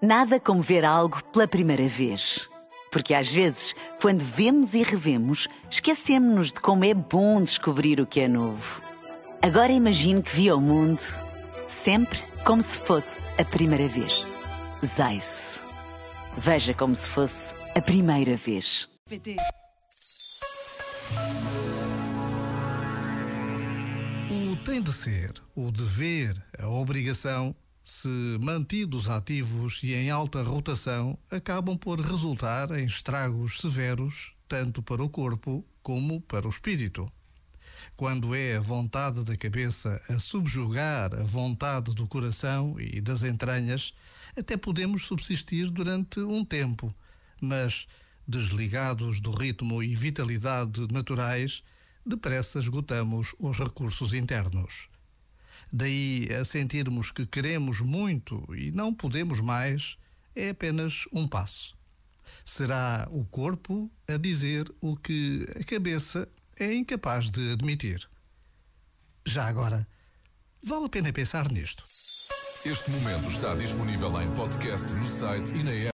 Nada como ver algo pela primeira vez. Porque às vezes, quando vemos e revemos, esquecemos-nos de como é bom descobrir o que é novo. Agora imagine que viu o mundo sempre como se fosse a primeira vez. Zais. Veja como se fosse a primeira vez. O tem de ser, o dever, a obrigação, se mantidos ativos e em alta rotação, acabam por resultar em estragos severos, tanto para o corpo como para o espírito. Quando é a vontade da cabeça a subjugar a vontade do coração e das entranhas, até podemos subsistir durante um tempo, mas, desligados do ritmo e vitalidade naturais, depressa esgotamos os recursos internos. Daí a sentirmos que queremos muito e não podemos mais, é apenas um passo. Será o corpo a dizer o que a cabeça é incapaz de admitir. Já agora, vale a pena pensar nisto. Este momento está disponível em podcast no site e na app.